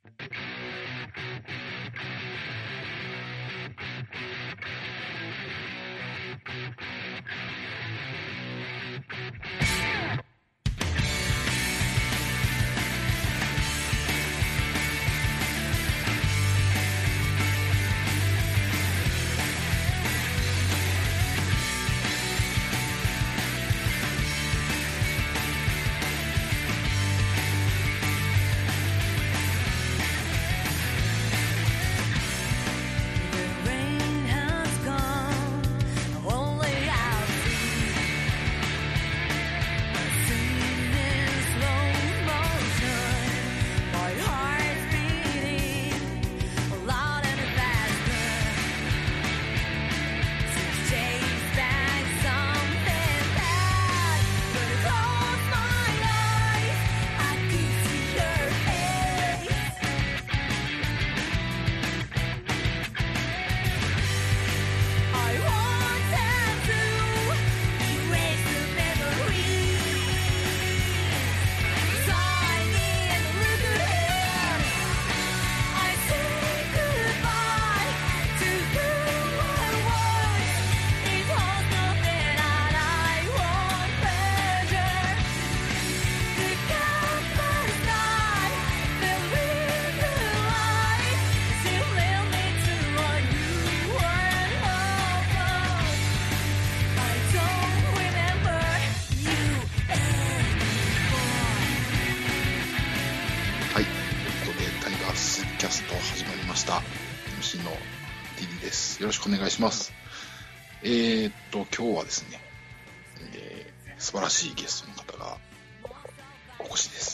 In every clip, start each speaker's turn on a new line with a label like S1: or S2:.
S1: はい、ということでタイガースキャスト始まりました。 MC の TD です。よろしくお願いします。今日はですね、素晴らしいゲストの方がお越しです。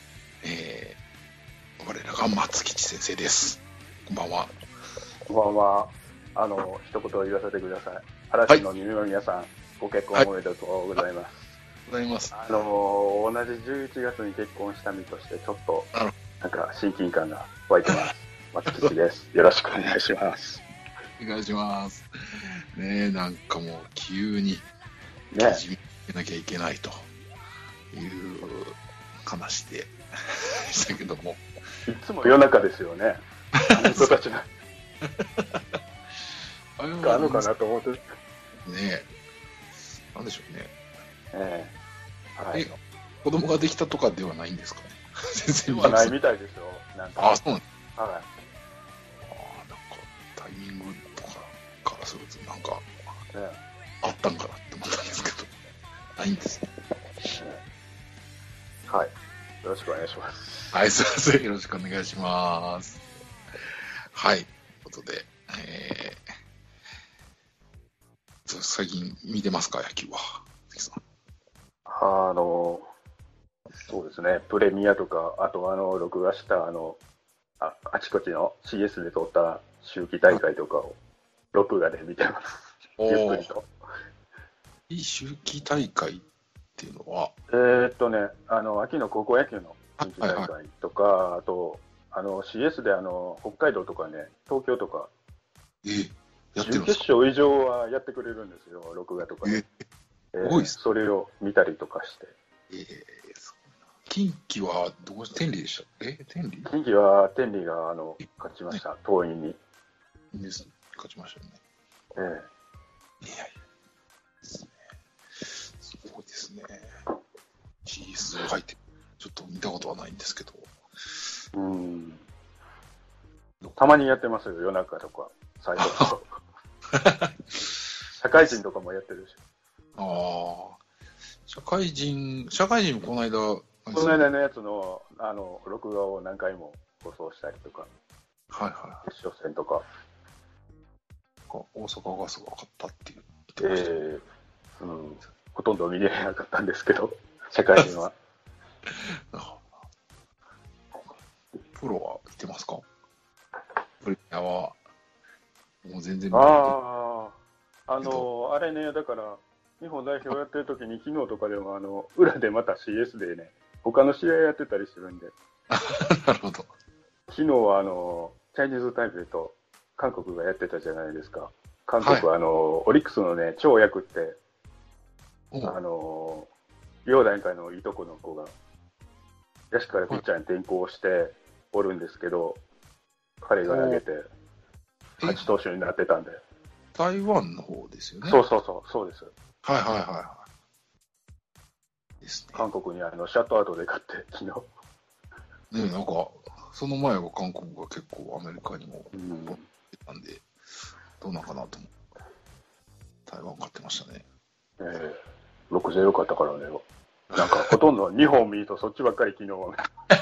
S1: 我らが松吉先生です。こんばんは。
S2: こんばんは。一言言わせてください。嵐の耳の皆さん、はい、ご結婚おめでとうございます。
S1: ございます。
S2: 同じ11月に結婚した身としてちょっとなんか親近感が湧いてます。松吉です。よろしくお願いします。
S1: お願いします。ねえ、なんかもう急に始めなきゃいけないという話でしたけども、
S2: いつも夜中ですよね。あの人たちがあるのかなと思ってね
S1: え、なんでしょうね。
S2: はい、
S1: 子供ができたとかではないんですかね。先生
S2: はないみたいですよ。なんか
S1: そうなんです。
S2: はい。
S1: なんかタイミングとかからするとなんか、あったんかなって思ったんですけど、ないんですね。
S2: はい。よろしくお願いします。
S1: はい、すいません。よろしくお願いします。はい。ということで、最近見てますか、野球は。
S2: そうですね、プレミアとか、あと録画したあちこちの CS で撮った秋季大会とかを録画で見てます。ゆっくりと。
S1: 秋季大会っていうのは
S2: 秋の高校野球の秋季大会とか、あとCS で北海道とかね、東京とか、準決勝以上はやってくれるんですよ、録画とかで。それを見たりとかして。
S1: 近畿は天理でしたっけ？
S2: 近畿は天理が勝ちました、桐蔭に。
S1: 勝ちましたよね。いやいや、すごいですね。CS 入ってちょっと見たことはないんですけど。
S2: たまにやってますよ、夜中とか、最初社会人とかもやってるし。
S1: 社会人もこの間
S2: のやつの録画を何回も放送したりとか、決勝戦とか。
S1: 大阪がすごかったって言ってましたね。
S2: ほとんど見れなかったんですけど、社会人は。
S1: プロは見てますか？プレミアはもう全然見て
S2: あれね、だから日本代表やってる時に昨日とかでも裏でまた CS でね、他の試合やってたりするんで。
S1: なるほど。
S2: 昨日はチャイニーズタイペイと韓国がやってたじゃないですか。韓国はオリックスのね、超役って、両団会のいとこの子が、野手からピッチャーに転向して、 おるんですけど、彼が投げて、勝ち投手になってたんで。
S1: 台湾の方ですよね。
S2: そうです。
S1: はいはいはいはい。ですね。
S2: 韓国にシャットアウトで勝って、昨日。
S1: ね、なんか、その前は韓国が結構アメリカにも取ってたんで、どうなんかなと思って、台湾勝ってましたね。
S2: 6-0勝ったからね。なんか、ほとんど2本見るとそっちばっかり昨日は。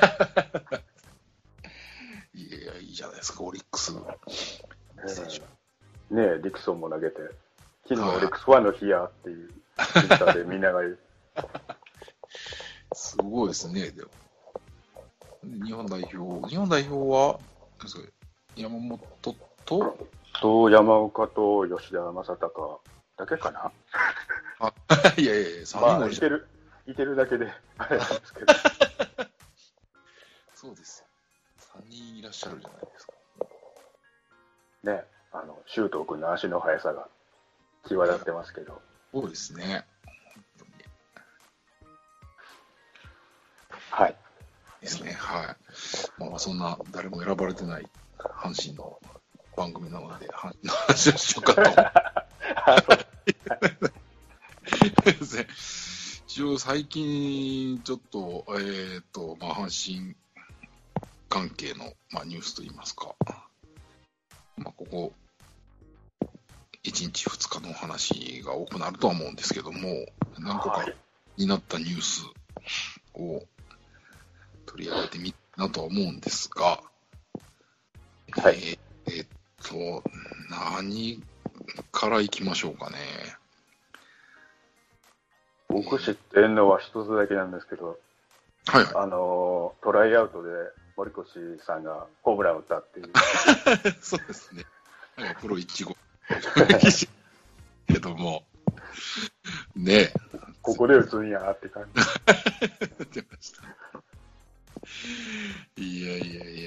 S1: いや、いいじゃないですか、オリックスの選手。
S2: ねえ、ディクソンも投げて、昨日オリックスファンの日やっていう、ツイッターでみんなが言う。
S1: すごいですね、でも。日本代表は、山本と
S2: 山岡と吉田正尚だけかな。
S1: いや、
S2: まあ、いてるだけで、あれなんですけど。
S1: そうです。3人いらっしゃるじゃないですか。
S2: ね、周東君の足の速さが際立ってますけど。
S1: そうですね。
S2: はい。
S1: ですね、はい。まあ、そんな誰も選ばれてない阪神の番組なので、阪神の話をしようかと。一応最近ちょっと、まあ、阪神関係の、まあ、ニュースといいますか、まあ、ここ1日2日のお話が多くなるとは思うんですけども、何個かになったニュースを取り上げてみたなとは思うんですが、
S2: はい、
S1: 何からいきましょうかね。
S2: 僕知ってるのは一つだけなんですけど、
S1: はいはい、
S2: トライアウトで森越さんがホームランを打ったっていう。
S1: そうですね。プロ1号けども、ね、
S2: ここで打つんやって感じ。
S1: 出ました。いや、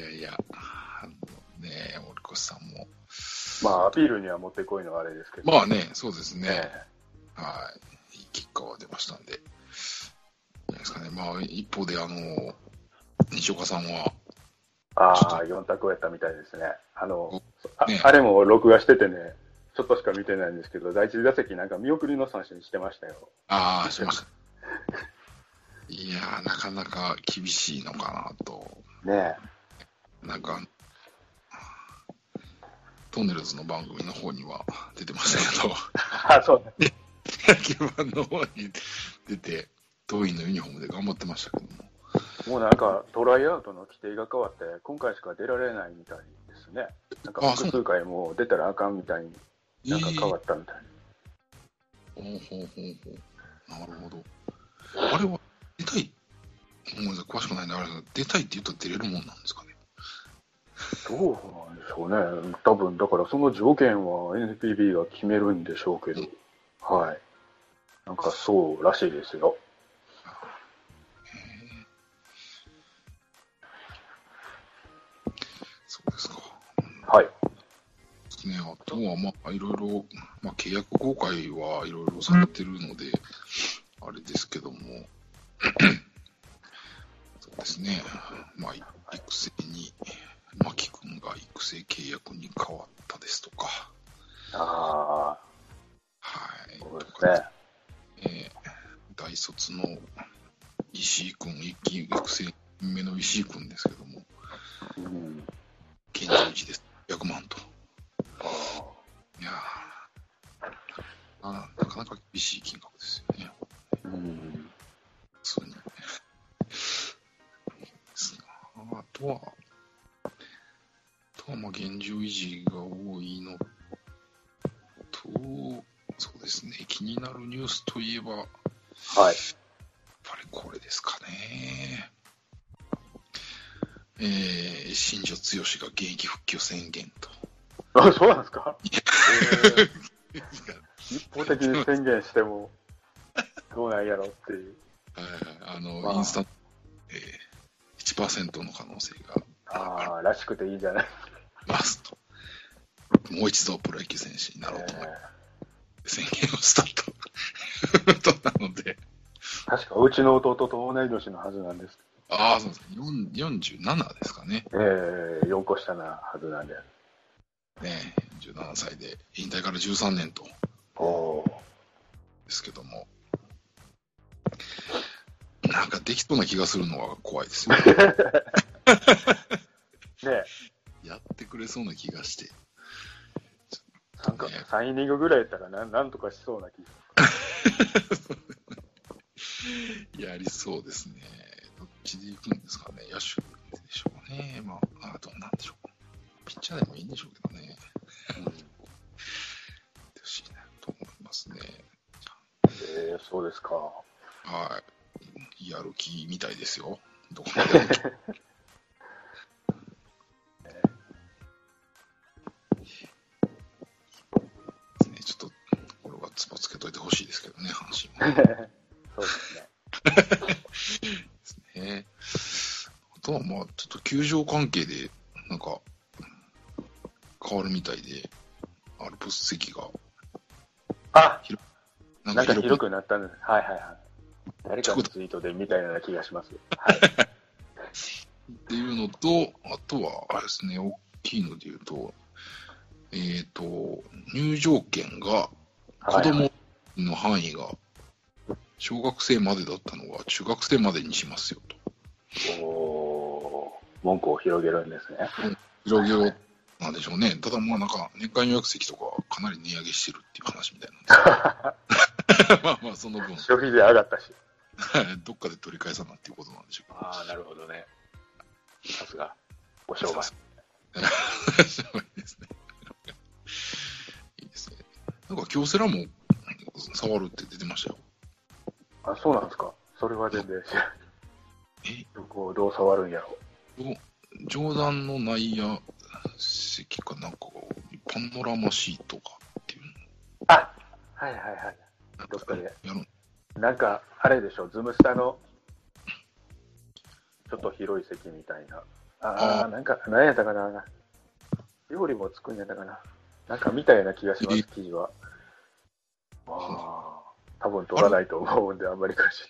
S1: ねえ、森越さんも。
S2: まあ、アピールにはもってこいのあれですけど。
S1: まあね、そうですね。はい。いい結果は出ましたんで。じゃないですかね。まあ、一方で、西岡さんは。
S2: 4択やったみたいですね。あれも録画しててね、ちょっとしか見てないんですけど、第一打席なんか見送りの三振してましたよ。
S1: しました。いやー、なかなか厳しいのかなと。
S2: ね
S1: え。なんか、トンネルズの番組の方には出てましたけど、
S2: そうね。
S1: 野球版の方に出て、桐蔭のユニフォームで頑張ってましたけども。
S2: もうなんかトライアウトの規定が変わって、今回しか出られないみたいですね。なんか複数回も出たらあかんみたいに、なんか変わったみたい
S1: な。なるほど。あれは出たい、詳しくないんであれ出たいって言うと出れるもんなんですかね。
S2: どうなんでしょうね。多分だからその条件は NPB が決めるんでしょうけど、はい。なんかそうらしいですよ。
S1: そうですか。
S2: はい。
S1: ね、あとは、まあ、いろいろ、まあ、契約更改はいろいろされてるので、あれですけども、そうですね、まあ、育成に、牧君が育成契約に変わったですとか、
S2: はい。そうですね。
S1: 大卒の石井君、育成目の石井君ですけども、現状維持です。100万と。いやなかなか厳しい金額ですよね。そうに。あとは、まあ、現状維持が多いのと、そうですね、気になるニュースといえば、
S2: はい。やっ
S1: ぱりこれですかね。新庄剛志が現役復帰を宣言と。
S2: そうなんですか？一方的に宣言してもどうなんやろっていう。
S1: インスタント、1% の可能性が
S2: らしくていいじゃない
S1: ますと。もう一度プロ野球選手になろうと思って宣言をしたとなので。
S2: 確かうちの弟と同い年のはずなんです。
S1: ああ、そうですね。47ですかね。
S2: 4個下なはずなんで。
S1: ね、17歳で、引退から13年と。ですけども。なんかできそうな気がするのは怖いですよね。
S2: ね
S1: やってくれそうな気がして。
S2: 3イニングぐらいやったらなんとかしそうな気が
S1: やりそうですね。どっちで行くんですかね。野手でしょうね。まあ、どうなんでしょう。ピッチャーでもいいんでしょうけどね。欲しいなと思いますね。
S2: そうですか。
S1: はい。やる気みたいですよ。どこまでも。ちょっと、これはツボつけといてほしいですけどね、阪神は。
S2: そうですね。
S1: ですね。あとはまあ、ちょっと球場関係で、なんか、変わるみたいで、アルプス席が。
S2: なんか広くなったんです。はいはいはい。誰かのツイートでみたいな気がします。はい。
S1: っていうのと、あとは、あれですね、大きいので言うと、入場券が、子供の範囲が、小学生までだったのが、中学生までにしますよ
S2: と。門戸を広げるんですね。
S1: 広げようなんでしょうね。ただまあなんか、年間予約席とかかなり値上げしてるっていう話みたいなんですけど。まあまあ、その分。
S2: 消費税上がったし。
S1: どっかで取り返さなっていうことなんでしょうか。
S2: ああ、なるほどね。さすが、ご商売。
S1: 商売ですね。いいですね。なんか京セラも触るって出てましたよ。
S2: あ、そうなんですか。それは全然知らない。どう触るんやろう。
S1: 上段の内野席かなんかがパノラマシートかっていうの。
S2: はいはいはい。どっかで。
S1: やる
S2: なんか、あれでしょ、ズムスタのちょっと広い席みたいな。なんか、何やったかな。料理も作るんやったかな。なんか見たような気がします、記事は。多分取らないと思うんで、あんまり詳し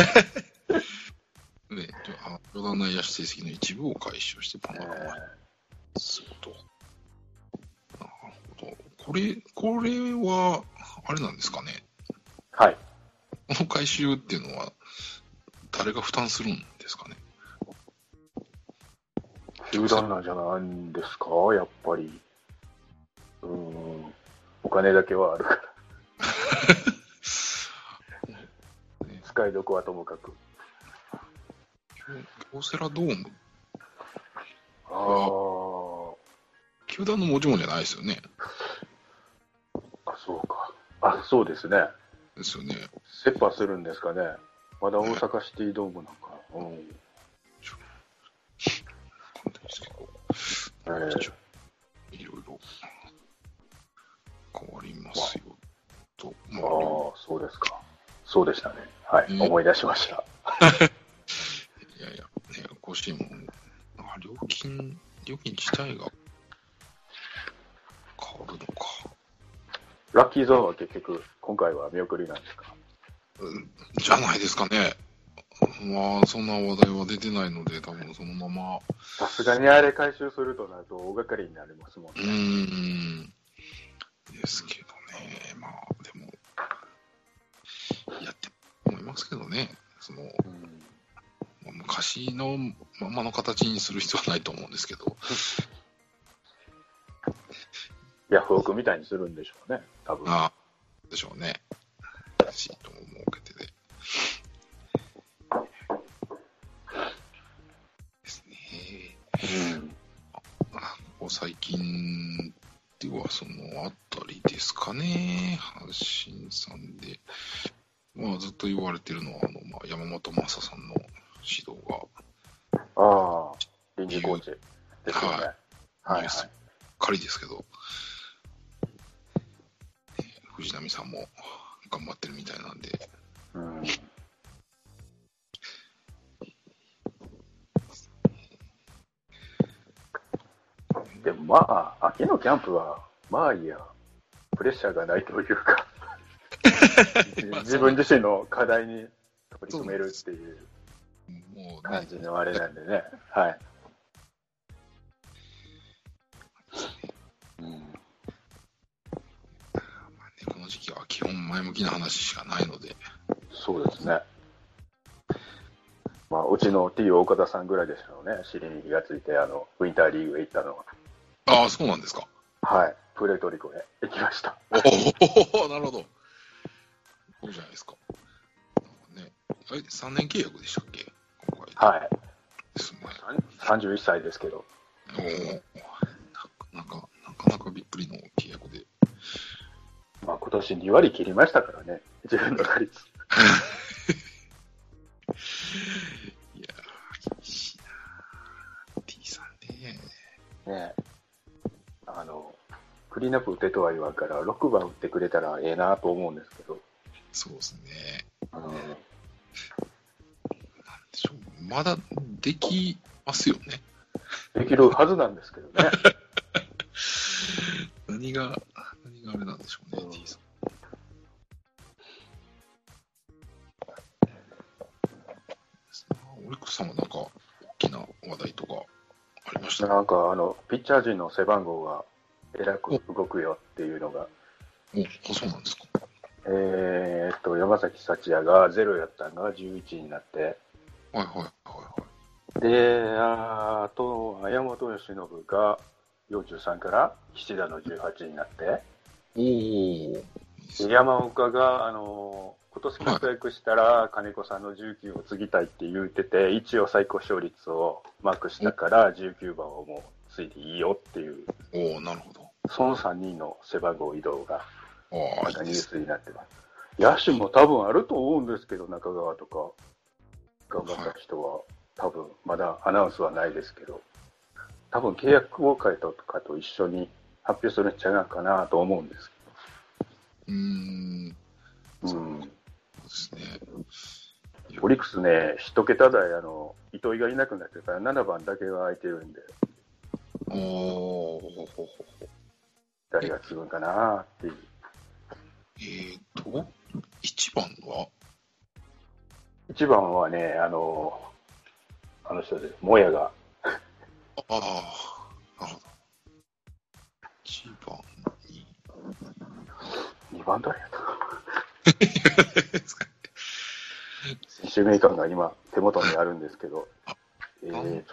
S2: い。
S1: ね、上段内野手成績の一部を回収してパノラマそうと。なるほど。これは、あれなんですかね。
S2: はい。
S1: この回収っていうのは、誰が負担するんですかね。
S2: 球団なんじゃないんですか、やっぱり。お金だけはあるから。使いどこはともかく。
S1: 京セラドーム球団の持ち物じゃないですよね。
S2: そうか。そうですね。
S1: ですよね。
S2: 折半するんですかね。まだ大阪シティドームなんか。い
S1: ろいろ変わりますよと。
S2: そうですか。そうでしたね。はい。思い出しました。
S1: いやいや、ね、甲子園も、料金自体が変わるのか。
S2: ラッキーゾーンは結局、今回は見送りなんですか？
S1: じゃないですかね。まあ、そんな話題は出てないので、多分そのまま。
S2: さすがにあれ回収するとなると大掛かりになりますもん
S1: ね。ですけどね、まあ、でも、やって思いますけどね、昔のままの形にする必要はないと思うんですけど。
S2: ヤフオクみたいにするんでしょうね、多分。
S1: でしょうね。シートも設けてで。ですね。ここ最近ではそのあたりですかね。阪神さんで。まあずっと言われてるのは、山本昌さんの指導が。
S2: 臨時コーチですよね。
S1: はい。仮ですけど。藤波さんも頑張ってるみたいなんで。
S2: でもまあ、秋のキャンプは、まあいいや、プレッシャーがないというか、自分自身の課題に取り組めるっていう。
S1: ももう、
S2: 感じのあれなんでね。はい。
S1: この時期は基本前向きな話しかないので。
S2: そうですね。まあ、うちの T 岡田さんぐらいでしょうね。尻に火がついて、ウィンターリーグへ行ったのは。
S1: ああ、そうなんですか。
S2: はい。プエルトリコへ行きました。
S1: おお、なるほど。そうじゃないですか。ね、あれ、3年契約でしたっけ？
S2: はい。
S1: ですね。
S2: 31歳ですけど。
S1: おお、なかなかびっくりの契約で。
S2: まあ、今年2割切りましたからね。自分の打率。
S1: いやー、厳しいな。T さんね。
S2: ねえ。クリーンアップ打てとは言わんから、6番打ってくれたらええなと思うんですけど。
S1: そうですね。
S2: なん
S1: でしょう。まだできますよね。
S2: できるはずなんですけどね。
S1: 何があれなんでしょうね、T さん。オリックスさんはなんか大きな話題とかありました？
S2: なんかピッチャー陣の背番号がえらく動くよっていうのが。
S1: そうなんですか。
S2: 山崎福也が0やったのが11になって。
S1: はいはいはいはい。
S2: で、あと、山本由伸が43から岸田の18になって。山岡が、今年活躍したら金子さんの19を継ぎたいって言ってて、一応最高勝率をマークしたから19番をもう継いでいいよっていう。
S1: なるほど。
S2: その3人の背番号移動が、
S1: ニ
S2: ュースになってます。野手も多分あると思うんですけど、中川とか、頑張った人は、多分まだアナウンスはないですけど、多分契約更改とかと一緒に発表するんちゃうかなと思うんですけど。
S1: そうですね。
S2: オリックスね、一桁台、糸井がいなくなってから7番だけが空いてるんで、誰が継ぐんかなっていう。
S1: 1番は
S2: 1番はね、あの人です、もやが。
S1: なるほど。1番に。
S2: 2番誰やったか。選手名鑑が今、手元にあるんですけど、ちょっと待って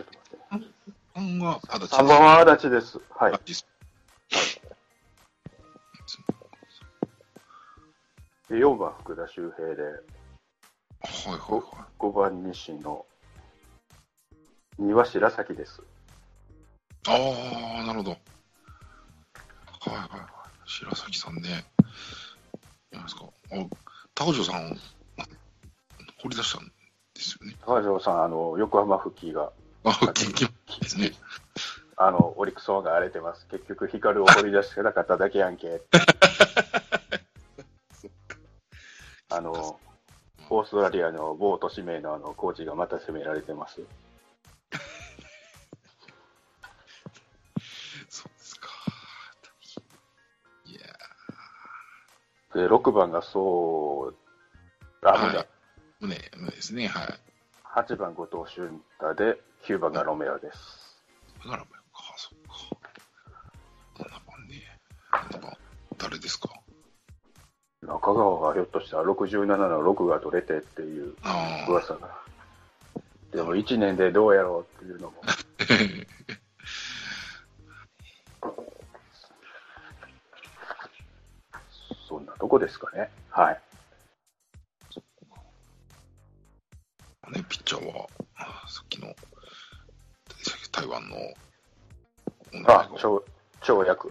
S2: 。3番は足立です。はい。4番福田周平で、5番西野、2は白崎です。
S1: なるほど。はいはいはい。白崎さんね。なんですか。高城さんを掘り出したんですよね。
S2: 高城さん、横浜復帰が。
S1: 復帰ですね。
S2: オリックスの方が荒れてます。結局、光を掘り出してなかっただけやんけ。オーストラリアの某都市名のコーチがまた責められてます。
S1: そうですか。いや
S2: で、6番が宗
S1: ですね。はい。
S2: 8番後藤俊太で、9番がロメロです。
S1: ロメロか、そっか。7番ね。7番、誰ですか？
S2: 中川がひょっとしたら67の6が取れてっていう噂が。でも1年でどうやろうっていうのも。そんなとこですかね。はい。
S1: ピッチャーは、さっきの、台湾の、
S2: 跳躍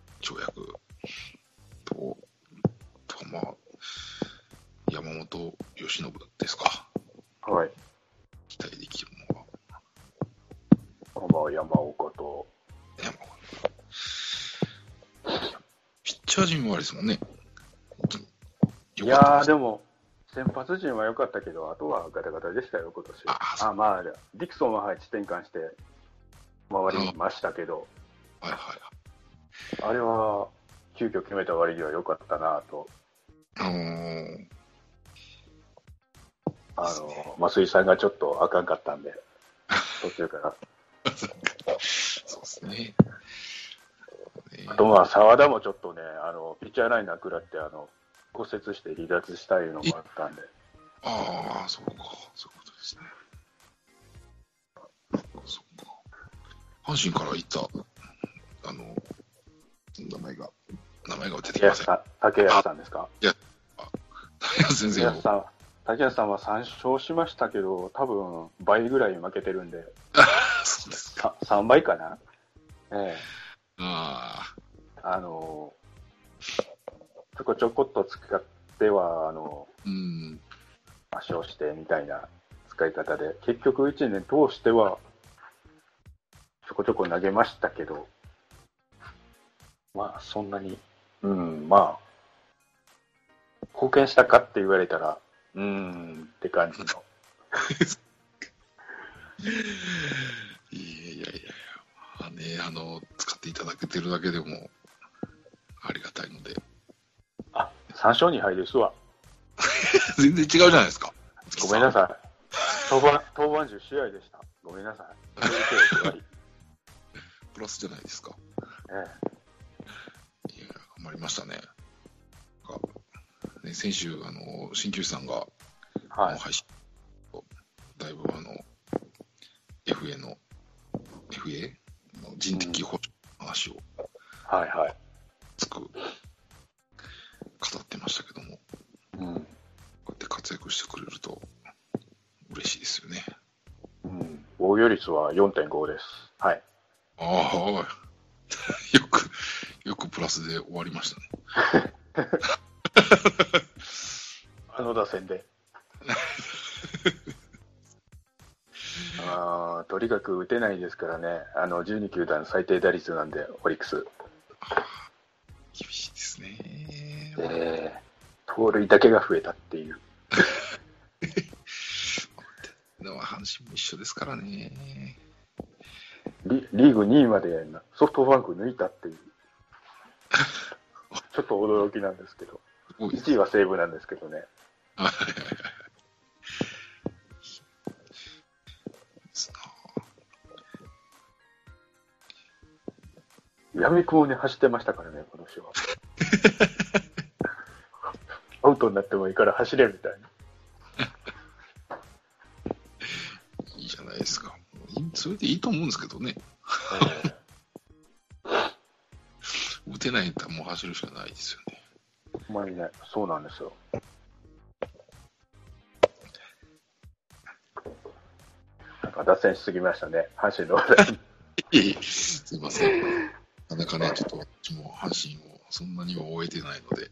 S1: と、まあ、山本由伸ですか。
S2: はい。
S1: 期待できるのは。
S2: 山岡と。
S1: ピッチャー陣はあれですもんね。
S2: いやー、でも、先発陣は良かったけど、あとはガタガタでしたよ、今年。まあ、ディクソンは配置転換して回りましたけど、
S1: あ
S2: れは、急遽決めた割には良かったなと。 増井さんがちょっとあかんかったんで、途中から。
S1: そうですね。
S2: あとまあ、沢田もちょっとね、ピッチャーライナー食らって、骨折して離脱したいうのもあったんで。
S1: ああ、そうか、そういうことですね。そうか。阪神から行った、名前が出てきません。
S2: 竹安さんですか？
S1: いや、竹安先生も。
S2: 竹安さんは3勝しましたけど、多分倍ぐらい負けてるんで。
S1: そうですか。
S2: 3倍かな？ええ。
S1: あ
S2: あ。ちょこっと使っては、抹消してみたいな使い方で、結局1年通しては、ちょこちょこ投げましたけど、まあ、そんなに、まあ、貢献したかって言われたら、って感じの。
S1: いや、まあね、使っていただけてるだけでもありがたいので。
S2: あ、3勝2敗ですわ。
S1: 全然違うじゃないですか。
S2: ごめんなさい。登板10試合でした。ごめんなさい。
S1: プラスじゃないですか。
S2: え
S1: え。いや、頑張りましたね。先週、鍼灸師さんが、
S2: はい、
S1: 配信、だいぶFA の人的保障の話を、
S2: はいはい。
S1: 語ってましたけども、こうやって活躍してくれると嬉しいですよね。
S2: 防御率は 4.5 です。はい。
S1: ああ、よくプラスで終わりましたね。
S2: 打線で。とにかく打てないですからね。12球団最低打率なんで、オリックス。
S1: 厳しいですね。
S2: 盗塁だけが増えたっていう。
S1: 阪神も一緒ですからね。
S2: リーグ2位までソフトバンク抜いたっていう。ちょっと驚きなんですけど。1位は西武なんですけどね。闇雲に走ってましたからね、この人は。アウトになってもいいから走れみたいな。
S1: いいじゃないですか。それでいいと思うんですけどね。打てないんだったらもう走るしかないですよね。
S2: ほんまにね、そうなんですよ。なんか脱線しすぎましたね、阪神の話題。
S1: すいません。なかなかね、ちょっと私も阪神をそんなには終えてないので。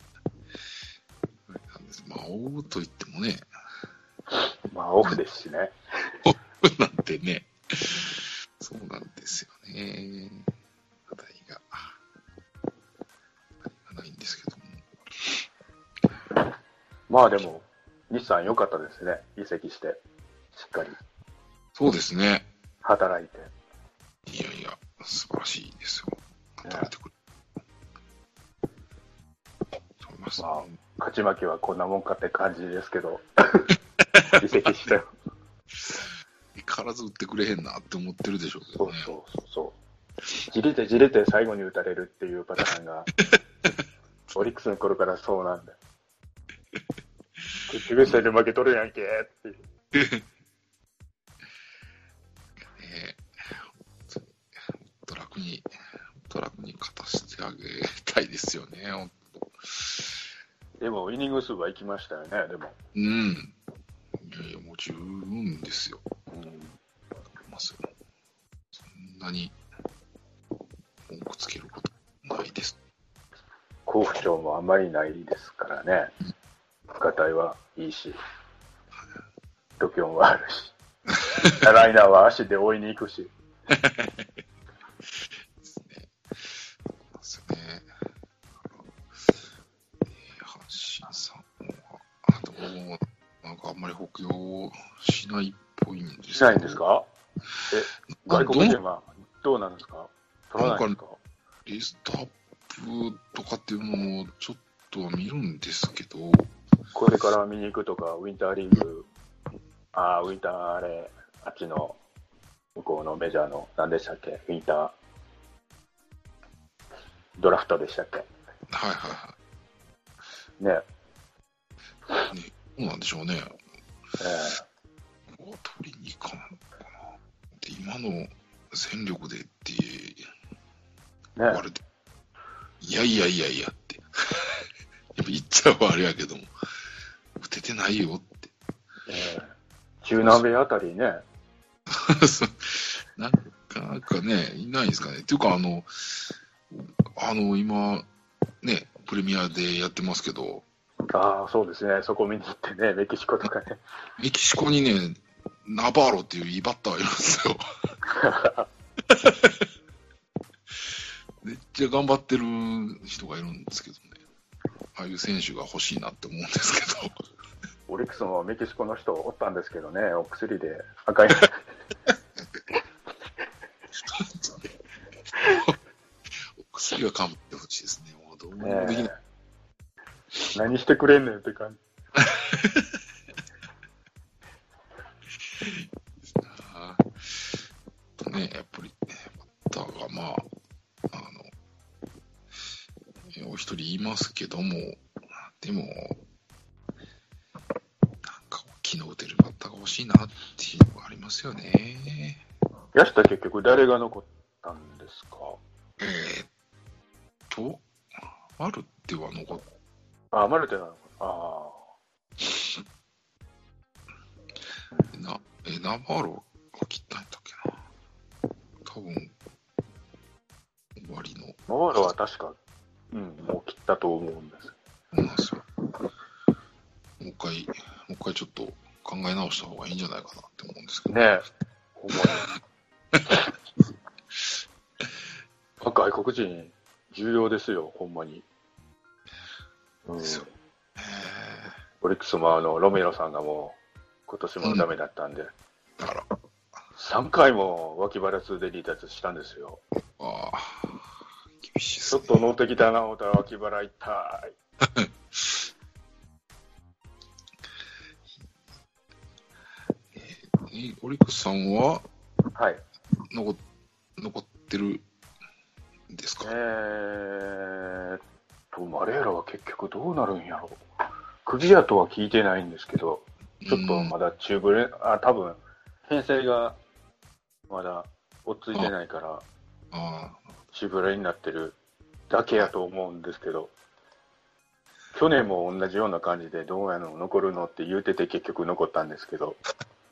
S1: まあ、追うと言ってもね。
S2: まあ、オフですしね。
S1: オフなんてね。そうなんですよね。課題がないんですけども。
S2: まあでも、日産良かったですね。移籍して、しっかり。
S1: そうですね。
S2: 働いて。
S1: いや、素晴らしいですよ。働いてくれ。そう思います。
S2: まあ、勝ち負けはこんなもんかって感じですけど、移籍して。
S1: 相変わらず打ってくれへんなって思ってるでしょうけどね。
S2: そう。じれて最後に打たれるっていうパターンが、オリックスの頃からそうなんだよ。結局それで負けとるやんけっていう。
S1: トラックに勝たせてあげたいですよね、本当。
S2: でも、イニング数は行きましたよね、でも。
S1: いや、もう十分ですよ。ますよ。そんなに文句つけることないです。
S2: 好不調もあんまりないですからね。ガタイはいいし、度胸はあるし、ライナーは足で追いに行くし。
S1: 阪神さんは、どうなんかあんまり北洋しないっぽいんですけど。
S2: しないんですか？外国人はどうなんですか？取らないんですか？
S1: リストアップとかっていうのもちょっとは見るんですけど、
S2: これから見に行くとか、ウィンターリーグウィンター、あれ、あっちの向こうのメジャーの、何でしたっけ、ウィンタードラフトでしたっけ。
S1: はいはいは
S2: ね。
S1: ね、そうなんでしょうね。取りに行かんのかな。で、今の戦力でって言われて、いやって。やっぱ言っちゃうはあれやけども、打ててないよって。
S2: 中南米あたりね。
S1: なんかね、いないんですかね。っていうか、今、ね、プレミアでやってますけど。
S2: そうですね。そこ見に行ってね、メキシコとかね。
S1: メキシコにね、ナバーロっていういいバッターがいるんですよ。めっちゃ頑張ってる人がいるんですけどね。ああいう選手が欲しいなって思うんですけど。
S2: オリックスもメキシコの人おったんですけどね、お薬で赤い。
S1: お薬は勘弁ってほしいですね。もうどうもできない。
S2: 何してくれんねんって感じ。
S1: ね、やっぱり、バッターがお一人いますけども、でも、なんか大きな打てるバッターが欲しいなっていうのがありますよね。
S2: ヤシタ結局誰が残ったんですか？
S1: マルテは残っ
S2: マルテなのか。
S1: ナバーロが切ったんだっけな。多分、終わりの。
S2: ナバーロは確か、もう切ったと思うんです。
S1: そうなんですよ。もう一回ちょっと考え直した方がいいんじゃないかなって思うんですけど。
S2: ねえ、ほんまに。外国人、重要ですよ、ほんまに。
S1: ですよ。
S2: オリックスもロメロさんがもう、今年もダメだったんで。3回も脇腹痛で離脱したんですよ。厳しいですね。ちょっと乗ってきたな、思ったら脇腹痛
S1: い。オリックスさんは、
S2: はい。
S1: 残ってるんですか？
S2: マレーラは結局どうなるんやろう。クビやとは聞いてないんですけど、ちょっとまだ中ぶれ、多分、編成がまだ追っついてないから、中ぶれになってるだけやと思うんですけど、去年も同じような感じでどうやの残るのって言うてて結局残ったんですけど、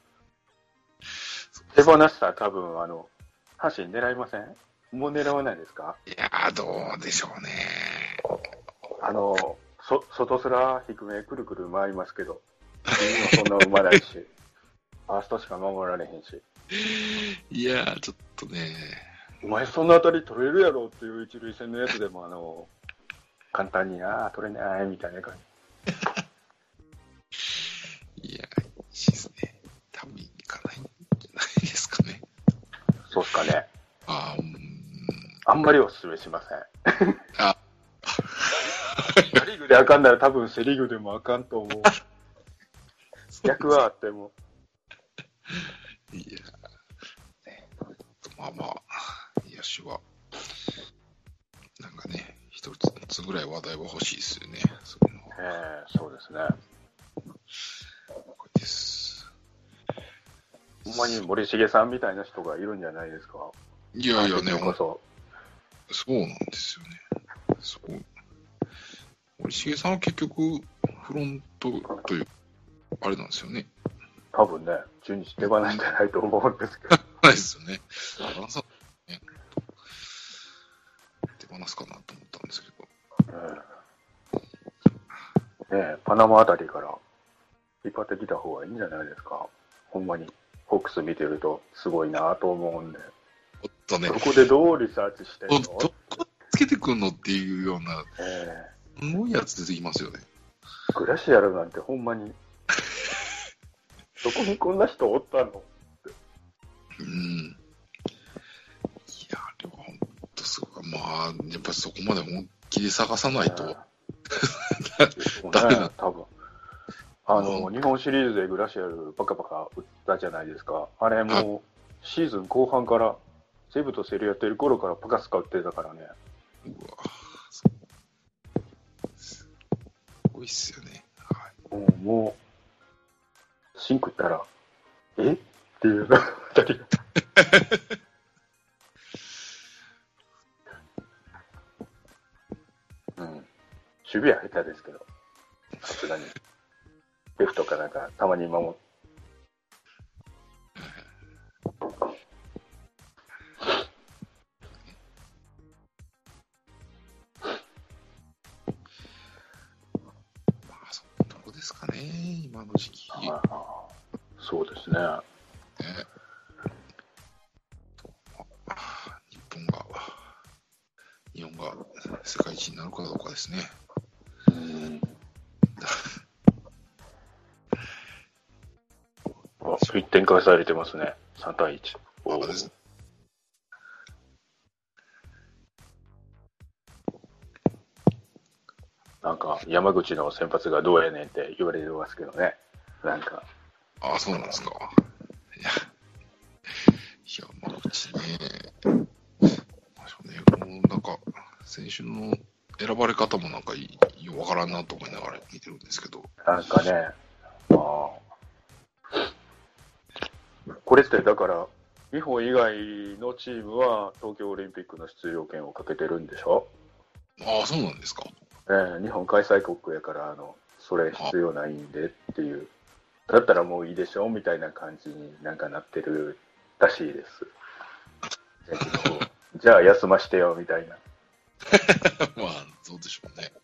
S2: 手放したら多分阪神狙いません？もう狙わないですか？
S1: いやどうでしょうね。
S2: 外すら低めくるくる回りますけど、そんな生まないし、ファーストしか守られへんし。
S1: いやちょっとね。
S2: お前そんな当たり取れるやろっていう一塁線のやつでも簡単に取れないみたいな感
S1: じ。いや、いいですね。多分いかないんじゃないですかね。
S2: そうっすかね。あんまりお勧めしません。パリーグであかんなら多分セリーグでもあかんと思う。逆はあっても。
S1: いや、野手は、なんかね、一つぐらい話題は欲しいですよね。
S2: そうですね。
S1: これです。
S2: ほんまに森重さんみたいな人がいるんじゃないですか。
S1: いやね、そうなんですよね。森重さんは結局、フロントという、あれなんですよね。
S2: 多分ね、中日手放しじゃないと思うんですけど。
S1: ないですよね。手放すかなと思ったんですけ
S2: ど。パナマあたりから引っ張ってきた方がいいんじゃないですか。ほんまに、ホークス見てるとすごいなと思うんで。どこでどうリサーチしてるの？
S1: どこつけてくんのっていうような、すごいやつ出てきますよね。
S2: グラシアルなんてほんまに、どこにこんな人おったのって。
S1: いや、あれはほんとすごい。やっぱそこまで本気で探さないと。
S2: ダメだ。多分。 日本シリーズでグラシアルバカバカ打ったじゃないですか。あれもシーズン後半から西武と競り合ってる頃からパカスカ打ってたからね。
S1: うわ、すごいっすよね。はい、
S2: もうシンクったらえっていうの二人守備は下手ですけど、さすがにレフトかなんかたまに守って。
S1: ですかね、今の時期。
S2: そうですね。
S1: 日本が世界一になるかどうかですね。
S2: 1点返されてますね。3対1。なんか山口の先発がどうやねんって言われてますけどね。なんか。
S1: そうなんですか。山口ね。なんか選手の選ばれ方もなんかよくわからんなと思いながら見てるんですけど。
S2: なんかね。これってだから日本以外のチームは東京オリンピックの出場権をかけてるんでしょ。
S1: そうなんですか。
S2: 日本開催国やからそれ必要ないんでっていう、だったらもういいでしょみたいな感じになんかなってるらしいです。じゃあ休ましてよみたいな。
S1: まあそうでしょうね。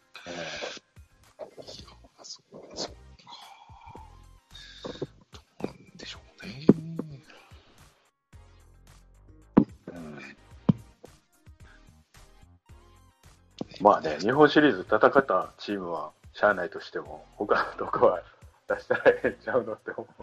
S1: そうか。どうなんでしょうね。
S2: まあね、日本シリーズ戦ったチームはしゃあないとしても、他のとこは出したらええんちゃうのって思う。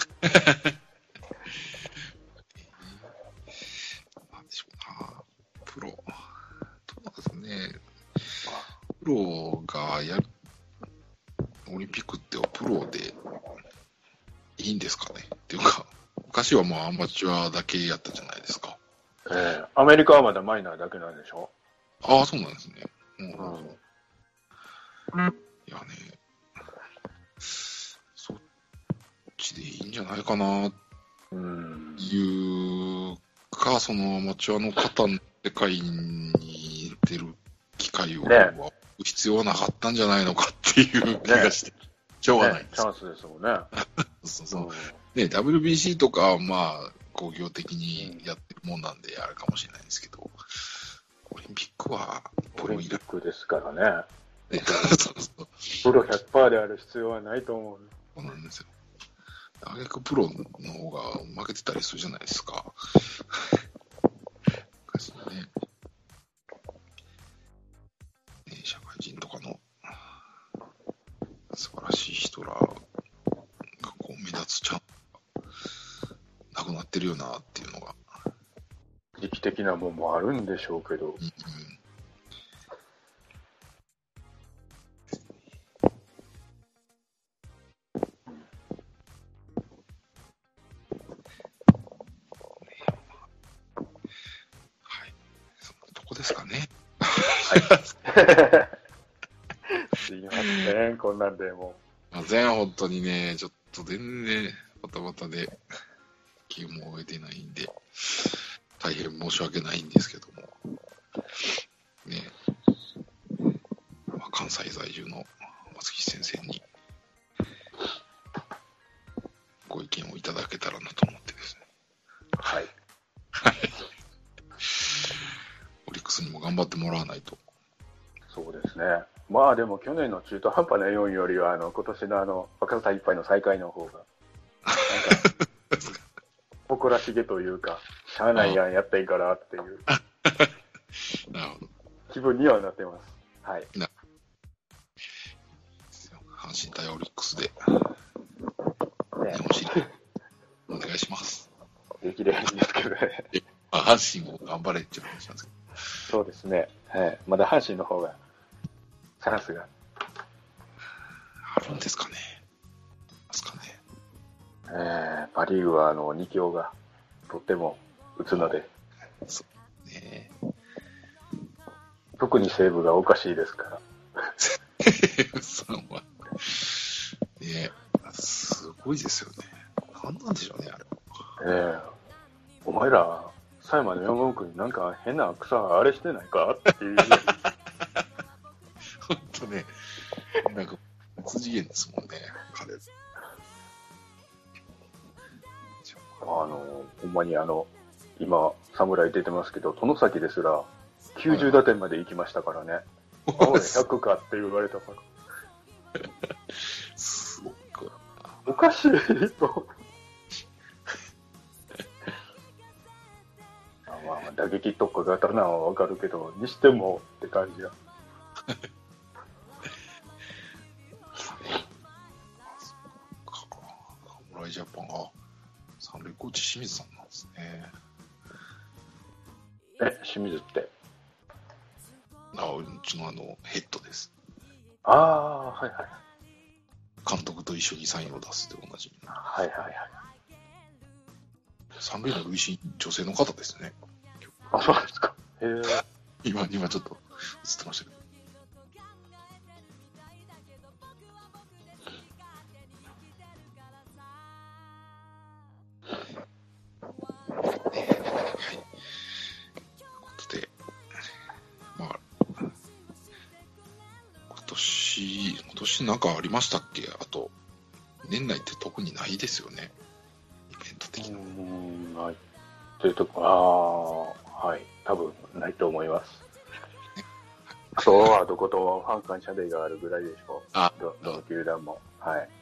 S1: なんでしょうな、プロ。どうなんですね。プロがオリンピックってプロでいいんですかねっていうか、昔はアマチュアだけやったじゃないですか。
S2: アメリカはまだマイナーだけなんでしょ。
S1: そうなんですね。いやね、そっちでいいんじゃないかないうか、そのアマチュアの方の世界に出る機会を必要なかったんじゃないのかっていう気がして、しょうがないです。
S2: チャンスですもんね。
S1: そう。WBC とかは工業的にやってるもんなんであれかもしれないですけど、オリンピックは
S2: オリンピックですからね。
S1: プ
S2: ロ 100% である必要はないと思う。
S1: そうなんですよ。あげくプロの方が負けてたりするじゃないですか。ね、社会人とかの素晴らしい人らが目立つチャンスなくなってるよなっていうのが。
S2: 時期的なもんもあるんでしょうけど。
S1: ですかね。
S2: すいません、こんなんでも
S1: 本当にね、ちょっと全然バタバタで気も終えてないんで、大変申し訳ないんですけども、ね、関西在住の松木先生にご意見をいただけたらなと思ってですね。
S2: はい。
S1: オリックスにも頑張ってもらわないと。
S2: そうですね。まあでも去年の中途半端な4位よりは今年の若さいっぱいの最下位の方がなんか誇らしげというか、しゃあないやんやっていいからっていう
S1: なるほど。
S2: 気分にはなってます。はい。
S1: 阪神対オリックスで、日本シリーズお願いします。
S2: できればいいんですけどね。
S1: 阪神も頑張れっていう話なんですけど。
S2: そうですね。はい。まだ阪神の方がチャンスが
S1: あるんですかね。
S2: パ・リーグは2強がとっても打つので、
S1: そうね、
S2: 特に西武がおかしいですから。
S1: 西武さんは、ね、すごいですよね。なんなんでしょうね、あれ。
S2: お前ら、狭山の山奥になんか変な草あれしてないかっていう。
S1: ほんとね、なんか、別次元ですもんね、彼。
S2: ほんまに今、侍出てますけど、外崎ですら、90打点まで行きましたからね。100かって言われたから。
S1: すごく。
S2: おかしいと。まあ、打撃特化型なのはわかるけど、にしてもって感じや。
S1: 侍ジャパンが三塁コーチ清水さんなんですね。
S2: 清水って？
S1: うちのヘッドです。
S2: ああ、はいはい。
S1: 監督と一緒にサインを出すでおなじみ。
S2: はいはいはい。
S1: 三塁の塁審、女性の方ですね。
S2: あ、そうですか。
S1: 今ちょっと映ってましたけど。今年なんかありましたっけ？あと、年内って特にないですよね。イベント的な。
S2: ない。というとこ、はい。多分ないと思います。あとはどことファン感謝デーがあるぐらいでしょう。どの球団も。はい。わか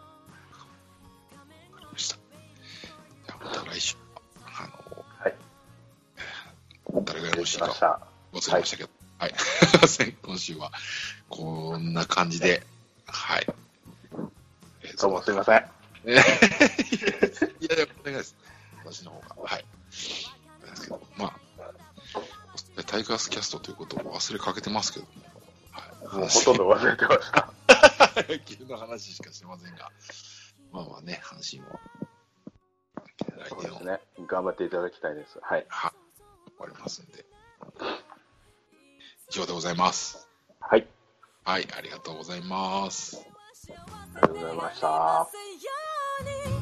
S1: りました。じゃあまた来週、
S2: はい。
S1: 誰がよろしいか忘れましたけど。はい。今週はこんな感じで、はい。
S2: どうもすいません。
S1: いや、お願いです。私の方が。はい。ですけど、タイガースキャストということを忘れかけてますけども。
S2: はい、もうほとんど忘れてました。
S1: 野球の話しかしてませんが。まあね、阪神も。
S2: そうですね。頑張っていただきたいです。はい。
S1: わかりますんで。以上でございます。
S2: はい。
S1: はい、ありがとうございます。
S2: ありがとうございました。